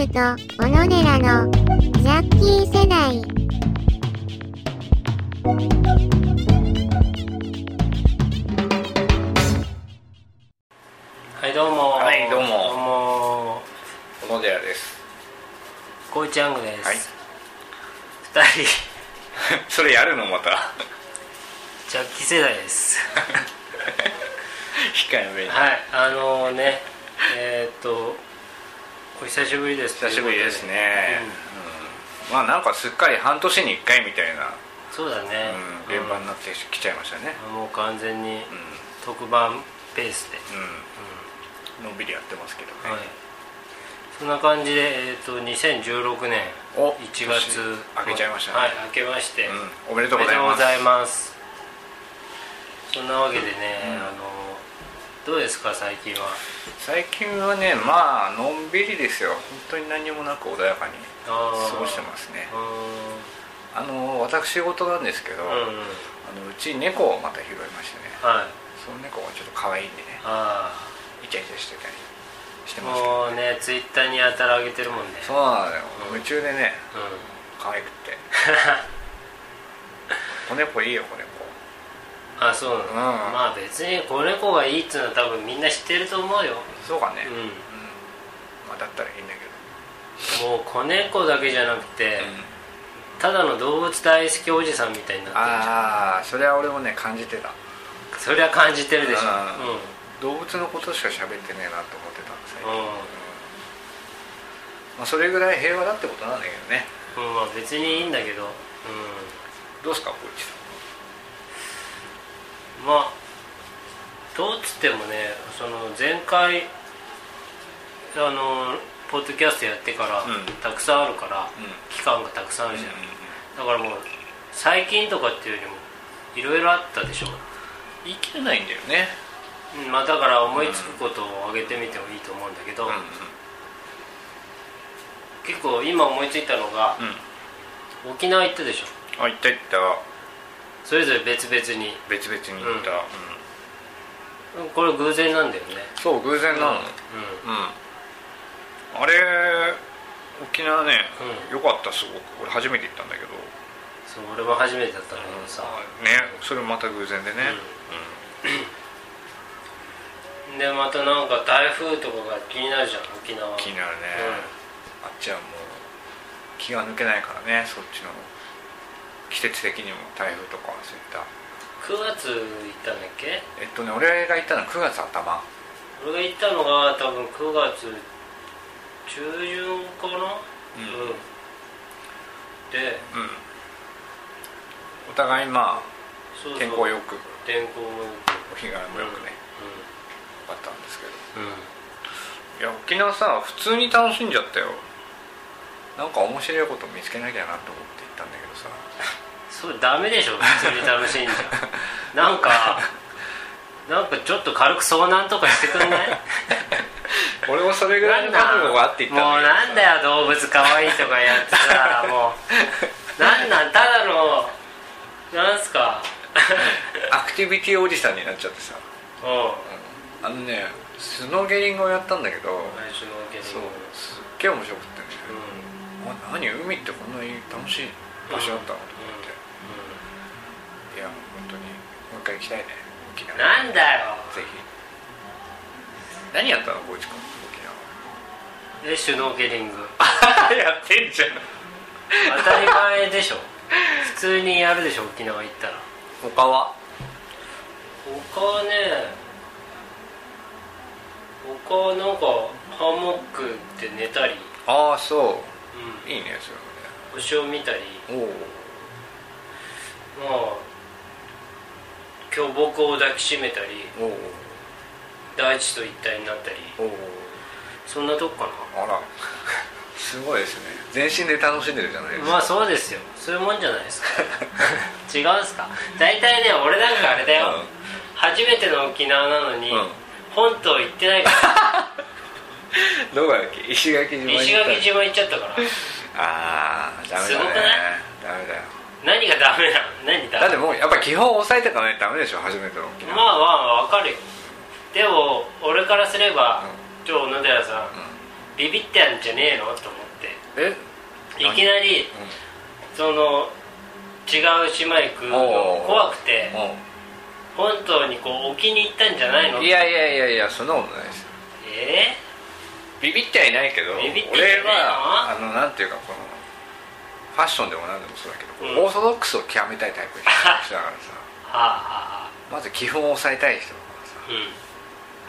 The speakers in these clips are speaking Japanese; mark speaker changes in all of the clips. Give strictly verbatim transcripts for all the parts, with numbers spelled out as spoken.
Speaker 1: グと小野寺のジャッキー世代。
Speaker 2: はいどうも。
Speaker 3: はいどうも。
Speaker 2: どうも。
Speaker 3: 小野寺です。
Speaker 2: こいちゃんぐです。
Speaker 3: はい。
Speaker 2: 二人
Speaker 3: それやるのまた。
Speaker 2: ジャッキー世代です。
Speaker 3: 控えめに。
Speaker 2: はいあのー、ねえー、っとお久しぶりです。
Speaker 3: 久しぶりですね。うんうん、まあなんかすっかり半年にいっかいみたいな。
Speaker 2: そうだね。
Speaker 3: うん、現場になってきちゃいましたね。
Speaker 2: うん、もう完全に特番ペースで。
Speaker 3: うん。うん、のんびりやってますけどね。
Speaker 2: はい。そんな感じで、えー、とにせんじゅうろくねんいちがつ
Speaker 3: 明けちゃいましたね。
Speaker 2: はい明けまして、
Speaker 3: うん、おめでとうございます。
Speaker 2: おめでとうございます。そんなわけでね、うん、あのどうですか最近は。
Speaker 3: 最近はね、まあのんびりですよ。本当に何もなく穏やかに過ごしてますね。あの私事なんですけど、うんうん、あのうち猫をまた拾いましてね、はい、その猫がちょっと可愛いんでね、あイチャイチャしてたりしてますけど、ね、
Speaker 2: もうねツイッターにやたら上げてるもんね。
Speaker 3: そうなのよ、うん、夢中でね、うん、可愛くって子猫いいよ子猫。
Speaker 2: あそうなの、うん、まあ別に子猫がいいっていうのは多分みんな知ってると思うよ。そうかね、うんうん、
Speaker 3: まあ、だったらいいんだけ
Speaker 2: どもう子猫だけじゃなくて、うん、ただの動物大好きおじさんみたいになってるじゃん。
Speaker 3: ああそれは俺もね感じてた。
Speaker 2: それは感じてるでしょ、
Speaker 3: うん、動物のことしか喋ってねえなと思ってたんですよ、うんうんまあ、それぐらい平和だってことなんだけどね、
Speaker 2: うんまあ、別にいいんだけど、うん、
Speaker 3: どうすかこいつ
Speaker 2: まあどうつってもねその前回あのポッドキャストやってから、うん、たくさんあるから、うん、期間がたくさんあるじゃん、うんうんうん、だからもう最近とかっていうよりもいろいろあったでしょ。
Speaker 3: 言い切れないんだよね、
Speaker 2: うん、まあだから思いつくことを挙げてみてもいいと思うんだけど、うんうん、結構今思いついたのが、うん、沖縄行ったでしょ。
Speaker 3: あ行った行った。
Speaker 2: それぞれ別々に
Speaker 3: 別々に行った、
Speaker 2: うんうん、これ偶然なんだよね。
Speaker 3: そう偶然なの、うんうん、あれ沖縄ね、うん、よかったすごく。俺初めて行ったんだけど。
Speaker 2: そう俺も初めてだったんだけどさ、
Speaker 3: うん、ねそれもまた偶然でね、
Speaker 2: うんうん、でまたなんか台風とかが気になるじゃん沖縄。
Speaker 3: 気になるね、うん、あっちはもう気が抜けないからねそっちの季節的にも台風とかそういった
Speaker 2: くがつ行ったんだっけ。
Speaker 3: えっとね俺が行ったのはくがつ頭。
Speaker 2: 俺が行ったのが多分くがつ中旬かな、うんうん、で、うん、
Speaker 3: お互いまあそうそう天候よく
Speaker 2: 天候もよく
Speaker 3: お日柄もよくね、うんうん、よかったんですけど、うん、いや沖縄さ普通に楽しんじゃったよ。なんか面白いこと見つけなきゃなと思って行ったんだけどさ
Speaker 2: それダメでしょ普通に楽しんじゃなんかなんかちょっと軽く遭難とかしてくんない
Speaker 3: 俺もそれぐらいの覚悟があって言ったんだけど
Speaker 2: もうなんだよ動物かわいいとかやってさもうなんなんただのなんすか
Speaker 3: アクティビティおじさんになっちゃってさ、
Speaker 2: うん、
Speaker 3: あのねスノーゲリングをやったんだけど、
Speaker 2: スノーゲリング
Speaker 3: そうすっげえ面白くてね、うん、何海ってこんなに楽しい場所だったのと思って、うんうん、いや本当にもう一回行きたいね沖縄。
Speaker 2: なんだよ
Speaker 3: ぜひ。何やったのこいつか沖縄。
Speaker 2: えシュノーケリング
Speaker 3: やってんじゃん
Speaker 2: 当たり前でしょ普通にやるでしょ沖縄行ったら。
Speaker 3: 他は
Speaker 2: 他はね他はなんかハンモックで寝たり。
Speaker 3: ああそう、うん、いいねそれもね。
Speaker 2: 星を見たり。おまあ巨木を抱きしめたりお大地と一体になったりおそんなとこかな。
Speaker 3: あらすごいですね。全身で楽しんでるじゃないですか。
Speaker 2: まあそうですよそういうもんじゃないですか違うんすか。大体ね俺なんかあれだよ、うん、初めての沖縄なのに、うん、本島行ってないから
Speaker 3: どこだっけ石垣島行った。
Speaker 2: 石垣島行っちゃったから
Speaker 3: ああダメだね。
Speaker 2: すごくない？
Speaker 3: ダメだよ。
Speaker 2: 何がダメなの？何ダメ？
Speaker 3: だってもうやっぱ基本押さえていかないとダメでしょ初めての沖縄。
Speaker 2: まあまあ分かるよ。でも俺からすれば、うん、ちょ小野寺さん、うん、 ビビってんじゃねえのと思って。
Speaker 3: え
Speaker 2: いきなり、うん、その違う島行くの怖くて、本島にこう置きに行ったんじゃないの？
Speaker 3: いやいやいやいや、そんなことないですよ。
Speaker 2: え
Speaker 3: ー、ビビってはいないけど、
Speaker 2: ビビって
Speaker 3: 俺はあのなんていうか、このファッションでも何でもそうだけど、うん、オーソドックスを極めたいタイプの人だからさ
Speaker 2: はあはあ、
Speaker 3: まず基本を抑えたい人だからさ、
Speaker 2: うん、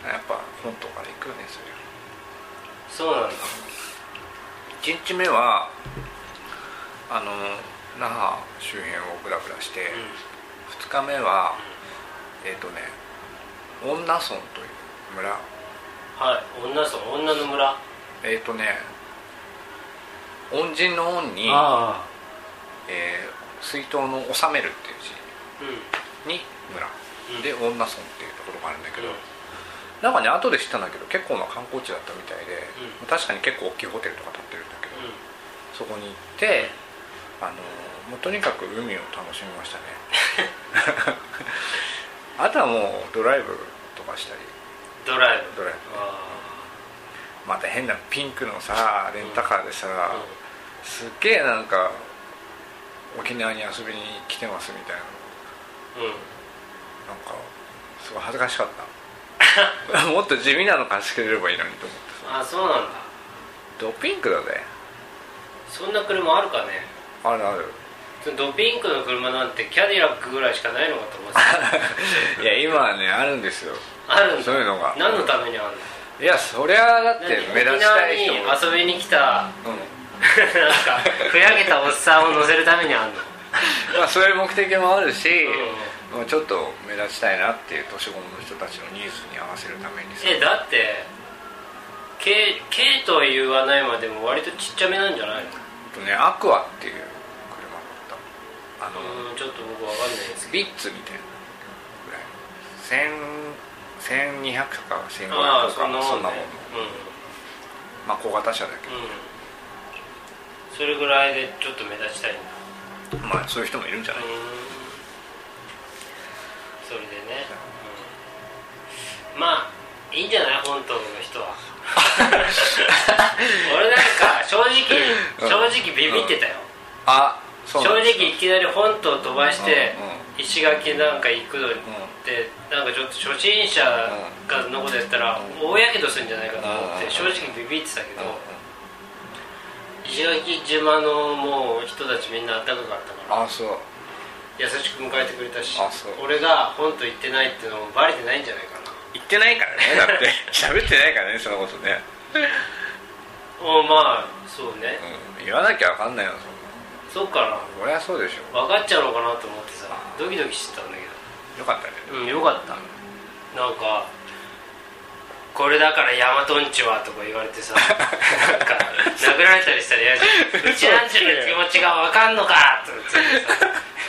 Speaker 3: やっぱ本島から行くよね、
Speaker 2: それ。そうなんだ。
Speaker 3: いちにちめはあの那覇周辺をブラブラして、うん、ふつかめは、うん、えっ、ー、とね恩納村という村。
Speaker 2: はい、恩納村、女の村。え
Speaker 3: っ、ー、とね恩人の恩に、えー、水筒の収めるっていう字に村、うん、で恩納村っていうところがあるんだけど、うん、なんかね後で知ったんだけど結構な観光地だったみたいで、うん、確かに結構大きいホテルとか建ってるんだけど、うん、そこに行ってあのもうとにかく海を楽しみましたねあとはもうドライブとかしたり。
Speaker 2: ドライブ
Speaker 3: ドライブまた変なピンクのさレンタカーでさ、うんうん、すっげえなんか沖縄に遊びに来てますみたいな、うん、なんかすごい恥ずかしかったもっと地味なの貸してくれればいいのにと思って
Speaker 2: さ。あ、そうなんだ。
Speaker 3: ドピンクだぜ。
Speaker 2: そんな車あるかね。
Speaker 3: あるある。
Speaker 2: ドピンクの車なんてキャディラックぐらいしかないのかと思って
Speaker 3: いや今はねあるんですよ。
Speaker 2: あるんだ。
Speaker 3: そういうのが
Speaker 2: 何のためにあるの？
Speaker 3: いやそりゃだって目立ちたい人も
Speaker 2: 沖縄に遊びに来た、うん、なんかふやけたおっさんを乗せるためにあるの
Speaker 3: まあそういう目的もあるし、うん、ちょっと目立ちたいなっていう年頃の人たちのニーズに合わせるためにさ。
Speaker 2: えだって K, K とは言わないまでも割とちっちゃめなんじゃないの？
Speaker 3: とねアクアっていう車だった。あの
Speaker 2: うんちょっと僕わかんないですけど
Speaker 3: ビッツみたいなぐらいせんにひゃくとかせんごひゃくとかそんなもん、ね、そんなもんの、うん、まあ小型車だけど、うん、
Speaker 2: それぐらいでちょっと目立ちたいんだ。
Speaker 3: まあそういう人もいるんじゃない。
Speaker 2: それでね、うん、まあいいんじゃない本島の人は俺なんか正直正直ビビってたよ、
Speaker 3: うん、あ
Speaker 2: そう正直いきなり本島飛ばして、うんうん、石垣なんか行くのって、うん、なんかちょっと初心者がのことやったら、うん、大やけどするんじゃないかと思って、うん、正直ビビってたけど、うん、石垣島のもう人たちみんなあったかかったから。
Speaker 3: あそう
Speaker 2: 優しく迎えてくれたし、俺が本島行ってないっていうのもバレてないんじゃないかな。
Speaker 3: 行ってないからねだって喋ってないからねそのことね
Speaker 2: おまあそうね、
Speaker 3: うん、言わなきゃ分かんないよ
Speaker 2: そんな。そうかな。
Speaker 3: 俺はそうでしょ。
Speaker 2: 分かっちゃうのかなと思ってさドキドキしてたんだけ
Speaker 3: ど。よかったね。
Speaker 2: うんよかった、うん、なんかこれだからヤマトンチはとか言われてさなんか殴られたりしたら嫌じゃんうちなんちゅうの気持ちが分かんのかって言ってさ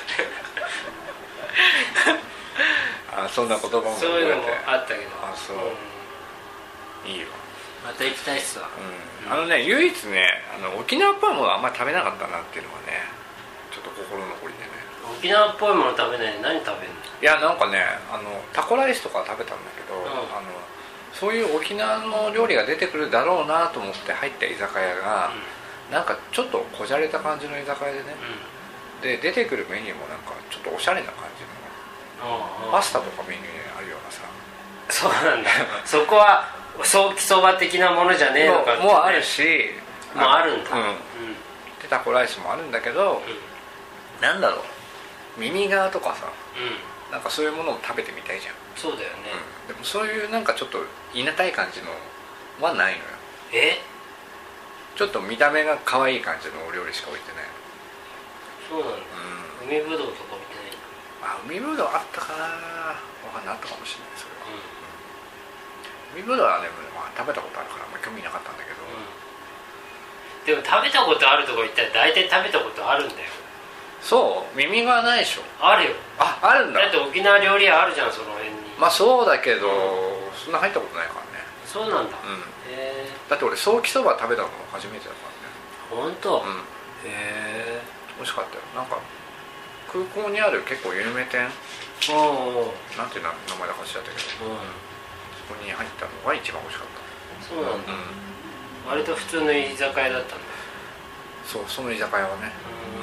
Speaker 3: あそんな言葉も
Speaker 2: そういうのもあったけど。
Speaker 3: あそう、うん、いいよ
Speaker 2: また行きたいっすわ、
Speaker 3: うん、あのね唯一ねあの沖縄っぽいものあんまり食べなかったなっていうのがねちょっと心残りでね。
Speaker 2: 沖縄っぽいもの食べないで何食べるの？
Speaker 3: いやなんかねあのタコライスとか食べたんだけど、うん、あのそういう沖縄の料理が出てくるだろうなと思って入った居酒屋が、うん、なんかちょっとこじゃれた感じの居酒屋でね、うん、で出てくるメニューもなんかちょっとおしゃれな感じのパスタとかメニューにあるようなさ。
Speaker 2: そうなんだそこはソーキそば的なものじゃねえのかって、ね、
Speaker 3: もうあるし
Speaker 2: もうあるんだ、うんうん、
Speaker 3: でタコライスもあるんだけど、うん、なんだろう耳側とかさ、うん、なんかそういうものを食べてみたいじゃん。
Speaker 2: そうだよね、
Speaker 3: うん、でもそういうなんかちょっといなたい感じのはないのよ。
Speaker 2: え
Speaker 3: ちょっと見た目が可愛い感じのお料理しか置いてない。
Speaker 2: そうなんだ、うん、海ぶどうとか置いてない。
Speaker 3: あ海ぶどうあったかなわかんないあったかもしれないそれは、うん、海ぶどうはね、まあ、食べたことあるからあんまり興味なかったんだけど、うん、
Speaker 2: でも食べたことあるとこ行ったら大体食べたことあるんだよ。
Speaker 3: そう耳がないでしょ。
Speaker 2: あるよ。
Speaker 3: ああるんだ。
Speaker 2: だって沖縄料理屋あるじゃんその辺に。
Speaker 3: まあそうだけど、うん、そんな入ったことないからね。
Speaker 2: そうなんだ、
Speaker 3: うん、
Speaker 2: へえ。
Speaker 3: だって俺ソーキそば食べたの初めてだからね。
Speaker 2: 本当？
Speaker 3: うん
Speaker 2: へえ
Speaker 3: 美味しかったよ。なんか空港にある結構有名店
Speaker 2: お
Speaker 3: なんていう名前だか知らったけど、うん、そこに入ったのが一番美味しかった。
Speaker 2: そうなんだ、
Speaker 3: うん、
Speaker 2: 割と普通の居酒屋だったんだ。
Speaker 3: そう、その居酒屋はね、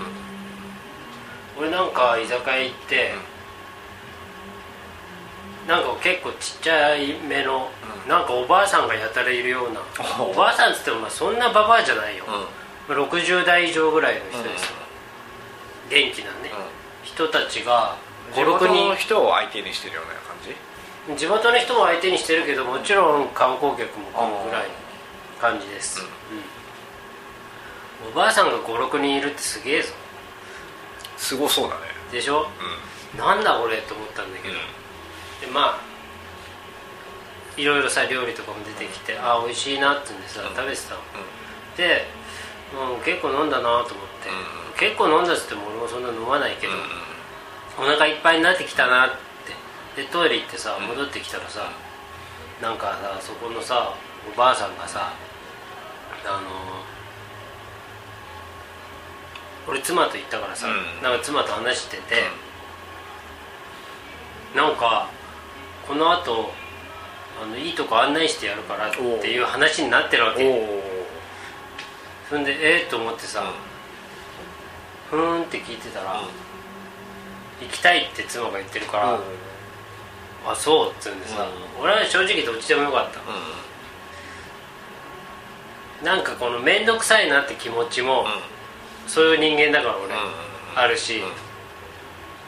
Speaker 2: うん、俺なんか居酒屋行って、うん、なんか結構ちっちゃい目の、うん、なんかおばあさんがやたらいるような、うん、おばあさんっつってもまあそんなババアじゃないよ、うん、ろくじゅう代以上ぐらいの人ですよ、うん、元気なね、うん、人たちがごろくにん、
Speaker 3: 地元の人を相手にしてるような感じ。
Speaker 2: 地元の人も相手にしてるけど、もちろん観光客も来るぐらいの感じです、うんうん、おばあさんがごろくにんいるってすげえぞ。
Speaker 3: すごそうだね。
Speaker 2: でしょ、うん、なんだこれと思ったんだけど、うん、でまあいろいろさ料理とかも出てきて、ああ美味しいなって言うんでさ、うん、食べてたの、うん、で、うん、結構飲んだなと思って、うん、結構飲んだっつっても俺もそんな飲まないけど、うん、お腹いっぱいになってきたなって、でトイレ行ってさ戻ってきたらさ、なんかさそこのさおばあさんがさ、あの俺妻と行ったからさ、うん、なんか妻と話してて、うん、なんかこのあとあのいいとこ案内してやるからっていう話になってるわけ。そんでえー、と思ってさ、うん、ふーんって聞いてたら、うん、行きたいって妻が言ってるから、うん、あそうっつうんでさ、うん、俺は正直どっちでもよかった、うん、なんかこの面倒くさいなって気持ちも、うん、そういう人間だから俺、うん、あるし、うん、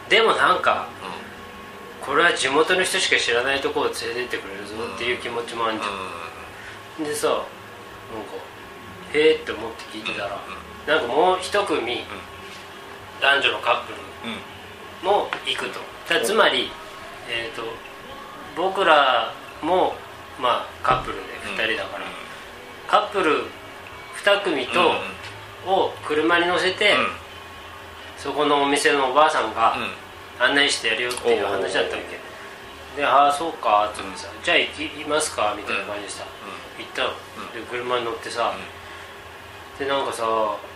Speaker 2: でもなんか、うん、これは地元の人しか知らないところを連れてってくれるぞっていう気持ちもあるじゃん、うん、でさなんかへえって思って聞いてたら、うん、なんかもう一組、うん、男女のカップルも行くと。だつまり、えーと、僕らも、まあ、カップルでふたりだから、うん、カップルに組と、うん、を車に乗せて、うん、そこのお店のおばあさんが案内してやるよっていう話だったわけで、ああそうかって言ってさ、じゃあ行きますかみたいな感じでさ、うん、行ったの、で車に乗ってさ、うん、でなんかさ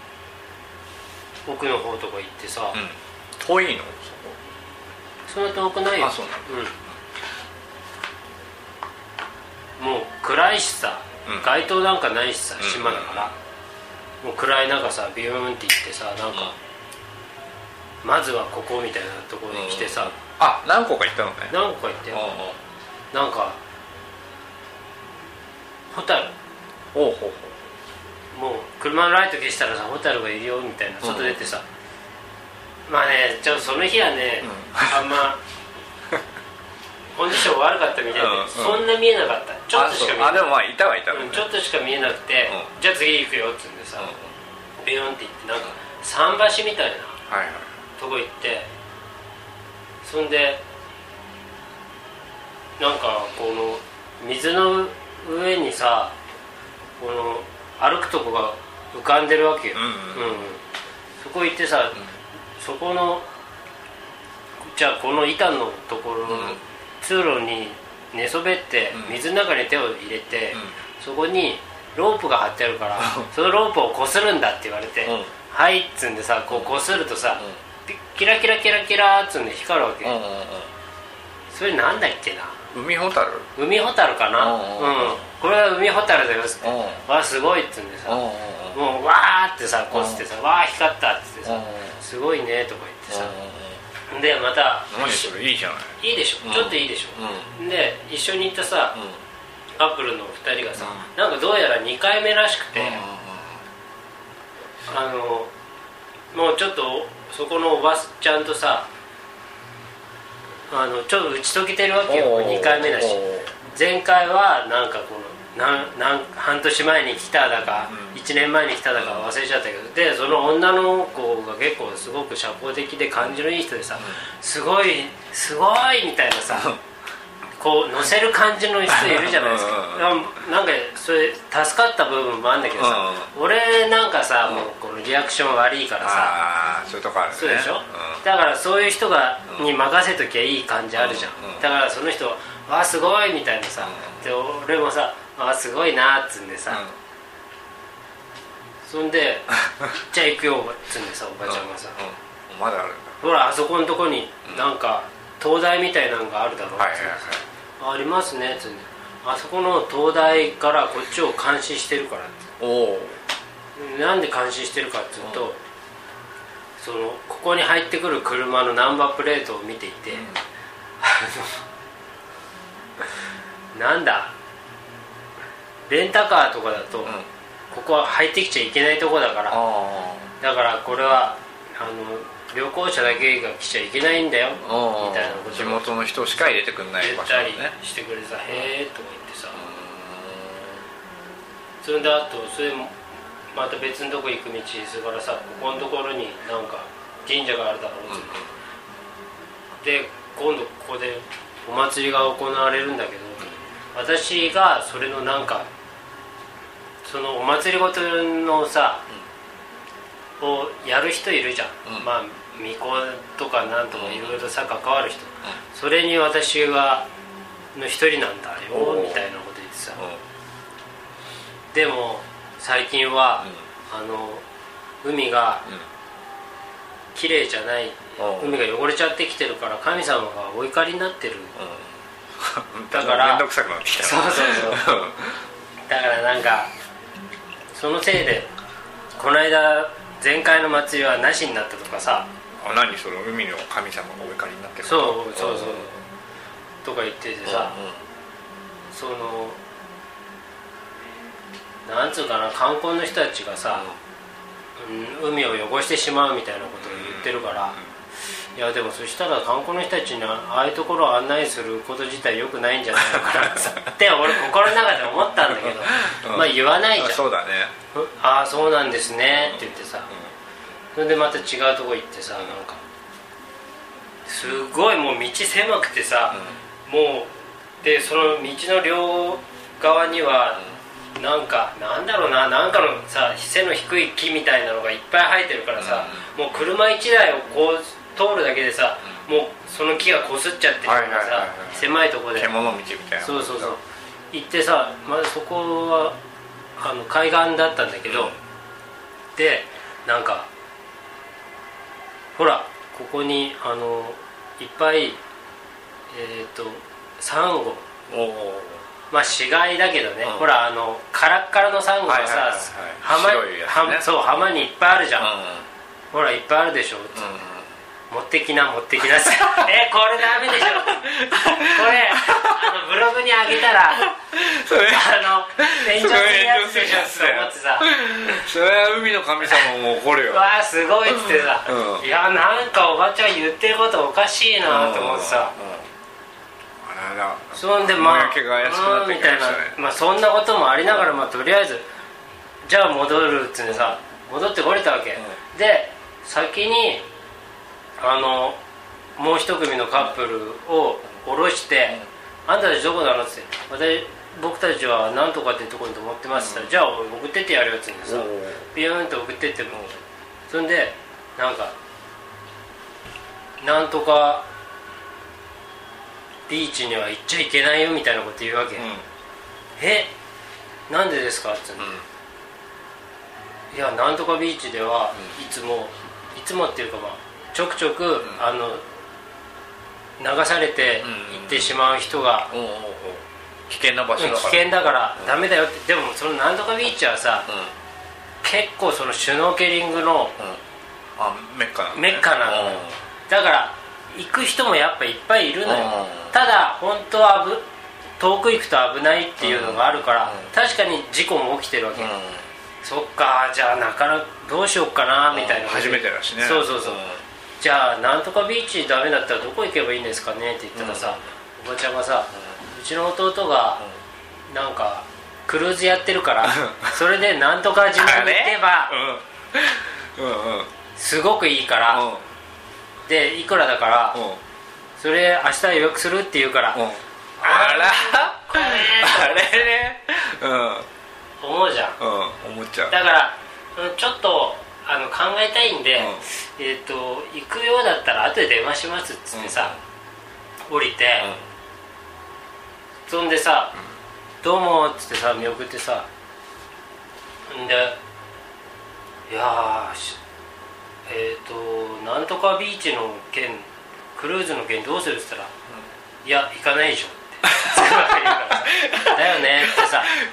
Speaker 2: 奥の方とか行ってさ、うん、
Speaker 3: 遠いの
Speaker 2: そんな遠くないよ。
Speaker 3: あ、そうな
Speaker 2: の、うん、もう暗いしさ、うん、街灯なんかないしさ、島だから、うん、もう暗い中さビューンって行ってさ、なんか、うん、まずはここみたいなところに来てさ、うん、
Speaker 3: あ、何個か行ったのね。
Speaker 2: 何個か行ったよ、うん、なんかホタル、
Speaker 3: ほうほうほ
Speaker 2: う、もう車のライト消したらさホタルがいるよみたいな、外出てさ、うん、まあねちょっとその日はね、うん、あんまコンディション悪かったみたいで、うんうん、そんな見えなかった。ちょっとしか見えなかった。
Speaker 3: あ、でもまあいたはいたの、ね、
Speaker 2: うん、ちょっとしか見えなくて、うん、じゃあ次行くよっつうんでさ、うん、ビューンって行ってなんか桟橋みたいなとこ行って、そんでなんかこの水の上にさこの歩くとこが浮かんでるわけよ、うんうんうん、そこ行ってさ、うん、そこのじゃあこの板のところの通路に寝そべって水の中に手を入れて、うん、そこにロープが張ってあるからそのロープをこするんだって言われて、うん、はいっつんでさこうこするとさ、うん、キラキラキラキラっつんで光るわけ、うんうんうん、それなんだっけな、
Speaker 3: 海ホタル
Speaker 2: 海ホタルかな、うんうんうん、これは海ホタルだよっつって、わあすごいっつんでさ、もうわーってさこすってさ、わー光ったっつってさ、すごいねとか言ってさ、でまた
Speaker 3: 何それいいじゃない、
Speaker 2: いいでしょ、うん、ちょっといいでしょ、うん、で一緒に行ったさ、うん、カップルのふたりがさ、うん、なんかどうやらにかいめらしくて、うん、あのもうちょっとそこのおばちゃんとさあのちょっと打ち解けてるわけよ、にかいめだし、前回はなんかこのなんなん半年前に来ただか、うん、いちねんまえに来ただか忘れちゃったけど、でその女の子が結構すごく社交的で感じのいい人でさ、うん、すごいすごいみたいなさこう乗せる感じの人いるじゃないですかなんかそれ助かった部分もあるんだけどさ、うん、俺なんかさ、うん、もうこのリアクション悪いからさ、
Speaker 3: あそういうとこあるね、
Speaker 2: そうでしょ、うん、だからそういう人がに任せときゃいい感じあるじゃん、うん、だからその人わあすごいみたいなさ、うん、で俺もさあすごいなっつんでさ、うん、そんでじゃあ行くよっつんでさおばちゃんがさ、
Speaker 3: うんうん、まだあるんだ、
Speaker 2: ほらあそこのとこになんか灯台みたいなのがあるだろっつんでさ、
Speaker 3: はいはいはい、
Speaker 2: あ, ありますねっつんで、 あそこの灯台からこっちを監視してるからって。
Speaker 3: お
Speaker 2: なんで監視してるかっていうと、そのここに入ってくる車のナンバープレートを見ていて、うん、なんだレンタカーとかだと、うん、ここは入ってきちゃいけないとこだから、だからこれはあの旅行者だけが来ちゃいけないんだよみたいなことを
Speaker 3: 地元の人しか入れてくんない場所だね。
Speaker 2: 言ったりしてくれてさ、へーとか言ってさ、それであとそれもまた別のとこ行く道ですからさ、ここのところになんか神社があるだろうって、うん、で今度ここでお祭りが行われるんだけど、私がそれのなんかそのお祭りごとのさ、うん、をやる人いるじゃん、うん、まあ巫女とかなんとかいろいろさ関わる人、うん、それに私がの一人なんだよみたいなこと言ってさ、でも最近は、うん、あの海が綺麗じゃない、海が汚れちゃってきてるから神様がお怒りになってる、うん、だから
Speaker 3: 面倒くさくなってきた。
Speaker 2: そうそうそうだからなんかそのせいでこの間前回の祭りはなしになったとかさ。
Speaker 3: あ、何その海の神様がお怒りになってる。
Speaker 2: そうそうそう、うん、とか言っててさ、うんうん、そのなんつうかな、観光の人たちがさ、うん、海を汚してしまうみたいなことを言ってるから、うん、いやでもそしたら観光の人たちにああいうところを案内すること自体良くないんじゃないのかなって俺心の中で思ったんだけど、うん、まあ言わないじゃん。
Speaker 3: そうだね。
Speaker 2: ああそうなんですねって言ってさ、うん、それでまた違うとこ行ってさ、なんかすごいもう道狭くてさ、うん、もうでその道の両側には、うん、なんかなんだろうな、なんかのさ背の低い木みたいなのがいっぱい生えてるからさ、うん、もう車いちだいをこう通るだけでさ、うん、もうその木がこすっちゃってるからさ、はいはいはいはい、狭いとこで
Speaker 3: 獣道みたいな。
Speaker 2: そうそうそう行ってさ、まずそこはあの海岸だったんだけど、うん、でなんかほらここにあのいっぱいえっ、ー、とサンゴ、まあ死骸だけどね、うん、ほらあのカラッカラのサンゴがさ、浜、ね、そう浜にいっぱいあるじゃん、うん、ほらいっぱいあるでしょ、うん、持ってきな持ってきなえこれダメでしょこれあのブログにあげたらそれあの炎上するやつでしょって思ってさ
Speaker 3: それは海の神様も怒るよ
Speaker 2: わあすごいっつってさ、うん、いやなんかおばちゃん言ってることおかしいなと思ってさ、うんうんうん、そんでまあみたいな、まあそんなこともありながら、まあとりあえずじゃあ戻るっつってさ戻ってこれたわけ、うん、で先にあのもう一組のカップルを降ろして、うん、あんたたちどこなのって私僕たちは何とかっていうところに泊まってますって、うん、じゃあ送ってってやるよっつってさビューンと送ってっても、そんでなんかなんとかビーチには行っちゃいけないよみたいなこと言うわけ、うん、えなんでですかって言うの、うん、いやなんとかビーチではいつも、いつもっていうかまあちょくちょく、うん、あの流されて行ってしまう人が、
Speaker 3: うんうんうん、危険な場所だから
Speaker 2: 危険だからダメだよって、でもそのなんとかビーチはさ、うん、結構そのシュノーケリングの、うん、
Speaker 3: あメッカなの、ね、
Speaker 2: メッカなの、うん、だから行く人もやっぱいっぱいいるのよ、うん、ただ本当はぶ遠く行くと危ないっていうのがあるから、うん、確かに事故も起きてるわけ、うん、そっかじゃあなかなかどうしようかなみたいな、うん、
Speaker 3: 初めてだしね、
Speaker 2: そうそうそう、うん、じゃあなんとかビーチダメだったらどこ行けばいいんですかねって言ったらさ、うん、おばちゃんがさ、うん、うちの弟がなんかクルーズやってるからそれでなんとか島に行けばうんうんうんすごくいいから、うん、でいくらだから、うん、それ明日予約するって言うから、うん、あらこれ
Speaker 3: あれね、
Speaker 2: うん、思うじゃん、
Speaker 3: うん、思っちゃう。
Speaker 2: だからちょっとあの考えたいんで、うん、えーと行くようだったら後で電話しますっつってさ、うん、降りて、うん、そんでさ、うん、どうもっつってさ見送ってさんでいやえーとなんとかビーチの件クルーズの件どうするって言ったら、うん、いや行かないでしょってすごい言うからさ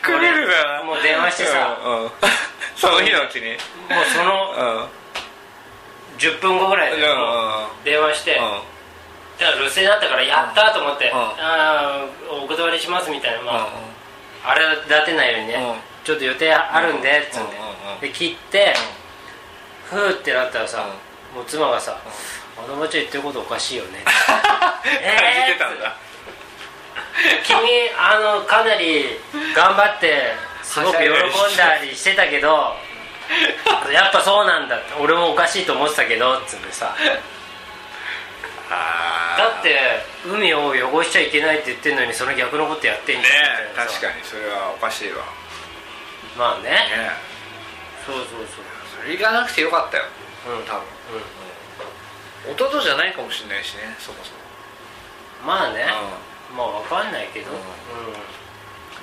Speaker 3: クールだな。
Speaker 2: もう電話してさ、
Speaker 3: うんうん、その日のうちに
Speaker 2: もうそのじゅっぷんごぐらいで電話して、うん、だから留守だったからやったと思って、うん、あお断りしますみたいな、まあ、うん、あれ立てないようにね、うん、ちょっと予定あるんでっつって、うん、で切って、うん、ふーってなったらさ、うん、もう妻がさ、うん、あのばちゃん言ってることおかしいよね
Speaker 3: えーってたんだ。
Speaker 2: 君あのかなり頑張ってすごく喜んだりしてたけどやっぱそうなんだって、俺もおかしいと思ってたけどっつってさあだって海を汚しちゃいけないって言ってんのにその逆のことやってんじゃんね。
Speaker 3: 確かにそれはおかしいわ。
Speaker 2: まあ ね, ねそうそうそう、
Speaker 3: それ行かなくてよかったよ、
Speaker 2: うん、
Speaker 3: 多分、うんうん、弟じゃないかもしれないしね、そもそも。
Speaker 2: まあね、うん、まあ分かんないけど、うんうん、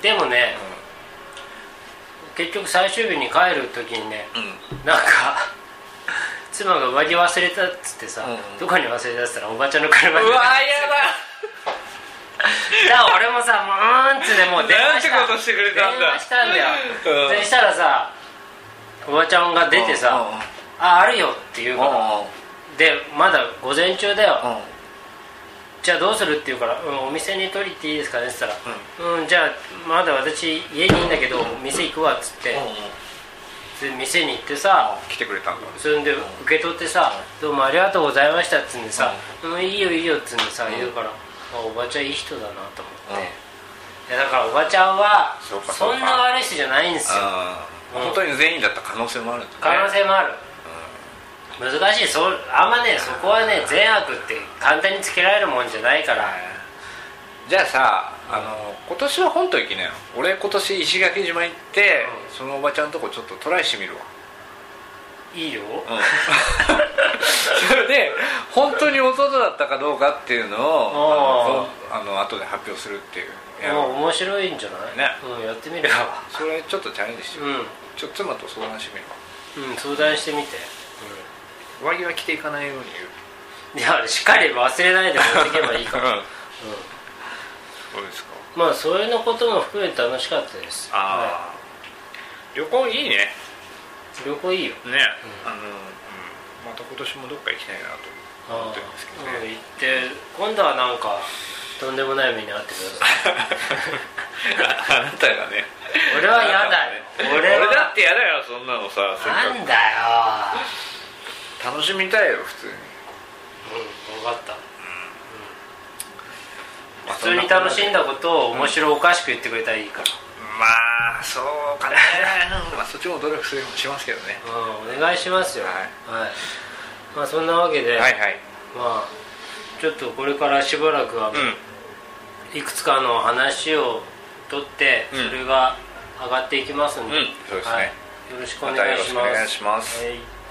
Speaker 2: でもね、うん、結局最終日に帰る時にね、うん、なんか妻が上着忘れたっつってさ、うんうん、どこに忘れたっつったらおばちゃんの車に。
Speaker 3: うわーやだ
Speaker 2: だから俺もさ、もううーんっつってもう電話した
Speaker 3: なんてことしてくれたんだ。
Speaker 2: 電話したんだよ、うん、そしたらさおばちゃんが出てさ、うんうん、あ、あるよって言うから、うんうん、でまだ午前中だよ、うん、じゃあどうするって言うから、うん、お店に取りっていいですかねって言ったら、うん、うん、じゃあまだ私家にいいんだけど店行くわっつって、うんうん、で店に行ってさ、
Speaker 3: 来てくれたんだ。
Speaker 2: それで受け取ってさ、どうもありがとうございましたっつんでさ、うん、いいよいいよっつんでさ、言うから、おばちゃんいい人だなと思って、いやだからおばちゃんはそんな悪い人じゃないんですよ。
Speaker 3: 本当に全員だった可能性もあるんだね。
Speaker 2: 可能性もある、うん、難しい。そあんまね、そこはね、善悪って簡単につけられるもんじゃないから。
Speaker 3: じゃあさ、あの今年は本当行きなよ。俺今年石垣島行って、うん、そのおばちゃんのとこちょっとトライしてみるわ。
Speaker 2: いいよ、うん、
Speaker 3: それで本当に弟だったかどうかっていうのをあのあの後で発表するっていう。
Speaker 2: 面白いんじゃない、ね、うん、やってみれば。
Speaker 3: それちょっとチャレンジしてみる、うん、ちょっと妻と相談してみる
Speaker 2: わ。うん、相談してみて、
Speaker 3: うん、上着は着ていかないように
Speaker 2: 言う。いや、しっかり忘れないで持っていけばいいから、うんうん、
Speaker 3: そうですか。
Speaker 2: まあそういうのことも含めて楽しかったです。あ、
Speaker 3: はい、旅行いいね。
Speaker 2: 旅行いいよね、
Speaker 3: うん、あの、うん、また今年もどっか行きたいなと思ってるんですけどね。
Speaker 2: うん、行って今度はなんかとんでもない目に遭ってくだ
Speaker 3: さい。あなたがね。
Speaker 2: 俺は嫌だよ。
Speaker 3: 俺, 俺だって嫌だよ、そんなのさ。
Speaker 2: なんだよ。
Speaker 3: 楽しみたいよ普通に。
Speaker 2: うん、分かった、うんうん、普通に楽しんだことを面白おかしく言ってくれたらいいから、
Speaker 3: うん、まあそうかね。まあそっちも努力するしますけどね、
Speaker 2: うん、お願いしますよ、はいはい、まあそんなわけで、
Speaker 3: はいはい、
Speaker 2: まあちょっとこれからしばらくは、うん、いくつかの話を取ってそれが上がっていきますので、
Speaker 3: うんうん、そうですね、
Speaker 2: はい、よろしくお願いします。
Speaker 3: またよろしくお願いします。
Speaker 2: はい。